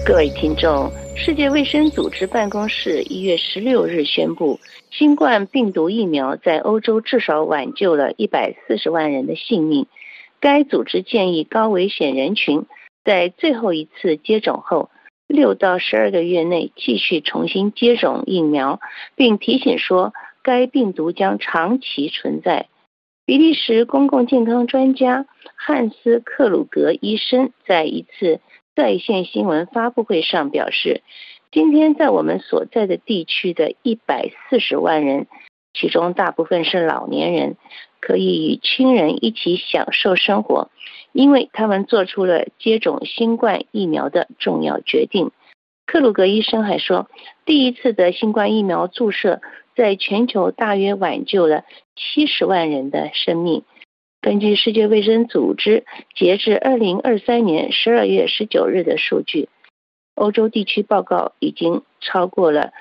各位听众，世界卫生组织办公室1月16日宣布，新冠病毒疫苗在欧洲至少挽救了140万人的性命。该组织建议高危险人群在最后一次接种后6到12个月内继续重新接种疫苗，并提醒说该病毒将长期存在。比利时公共健康专家汉斯·克鲁格医生在一次在线新闻发布会上表示，今天在我们所在的地区的140万人，其中大部分是老年人，可以与亲人一起享受生活，因为他们做出了接种新冠疫苗的重要决定。克鲁格医生还说，第一次的新冠疫苗注射在全球大约挽救了70万人的生命。根据世界卫生组织截至2023年12月19日的数据，欧洲地区报告已经超过了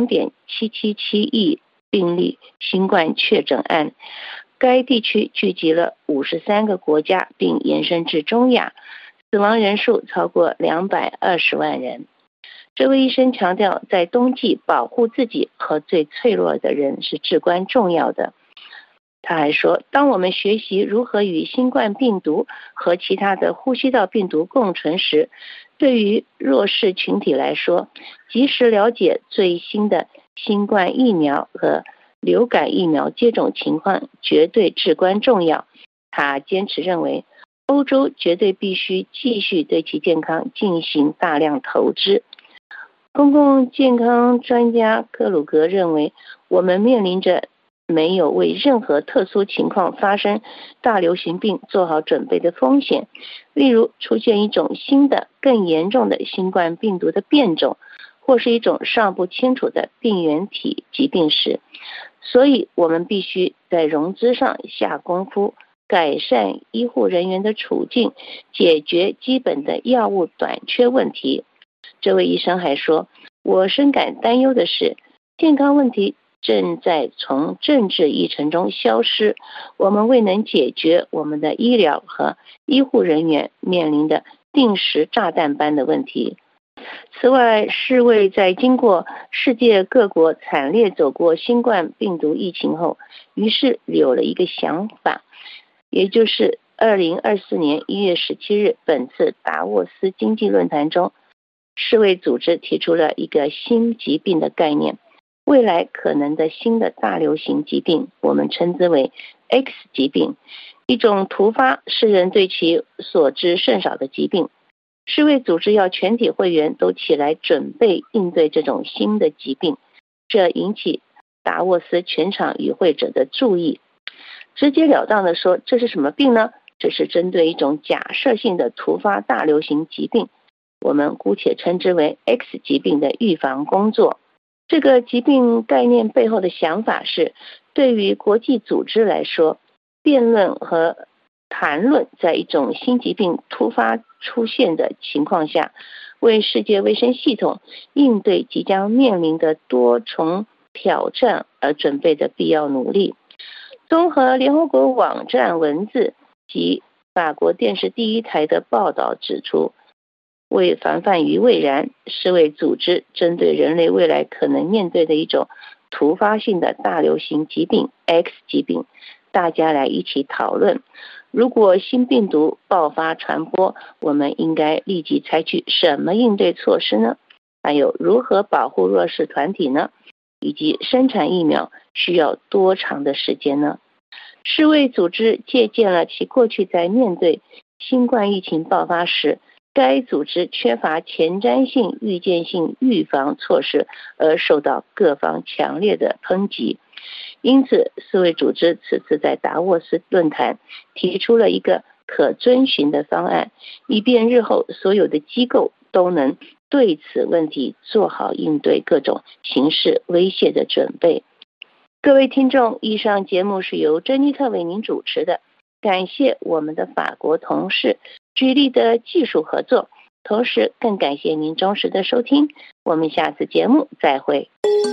2.777 亿病例新冠确诊案。该地区聚集了53个国家，并延伸至中亚，死亡人数超过220万人。这位医生强调，在冬季保护自己和最脆弱的人是至关重要的。他还说，当我们学习如何与新冠病毒和其他的呼吸道病毒共存时，对于弱势群体来说，及时了解最新的新冠疫苗和流感疫苗接种情况绝对至关重要。他坚持认为，欧洲绝对必须继续对其健康进行大量投资。公共健康专家克鲁格认为，我们面临着没有为任何特殊情况发生大流行病做好准备的风险，例如出现一种新的更严重的新冠病毒的变种，或是一种尚不清楚的病原体疾病时，所以我们必须在融资上下功夫，改善医护人员的处境，解决基本的药物短缺问题。这位医生还说，我深感担忧的是，健康问题正在从政治议程中消失，我们未能解决我们的医疗和医护人员面临的定时炸弹般的问题。此外，世卫在经过世界各国惨烈走过新冠病毒疫情后，于是有了一个想法，也就是2024年1月17日本次达沃斯经济论坛中，世卫组织提出了一个新疾病的概念，未来可能的新的大流行疾病，我们称之为 X 疾病，一种突发世人对其所知甚少的疾病。世卫组织要全体会员都起来准备应对这种新的疾病，这引起达沃斯全场与会者的注意。直截了当地说，这是什么病呢？这是针对一种假设性的突发大流行疾病，我们姑且称之为 X 疾病的预防工作。这个疾病概念背后的想法是，对于国际组织来说，辩论和谈论在一种新疾病突发出现的情况下，为世界卫生系统应对即将面临的多重挑战而准备的必要努力。综合联合国网站文字及法国电视第一台的报道指出，为防范于未然，世卫组织针对人类未来可能面对的一种突发性的大流行疾病 X 疾病，大家来一起讨论，如果新病毒爆发传播，我们应该立即采取什么应对措施呢？还有如何保护弱势团体呢？以及生产疫苗需要多长的时间呢？世卫组织借鉴了其过去在面对新冠疫情爆发时，该组织缺乏前瞻性、预见性预防措施而受到各方强烈的抨击。因此，世卫组织此次在达沃斯论坛提出了一个可遵循的方案，以便日后所有的机构都能对此问题做好应对各种形势威胁的准备。各位听众，以上节目是由珍妮特为您主持的，感谢我们的法国同事举例的技术合作，同时更感谢您忠实的收听，我们下次节目再会。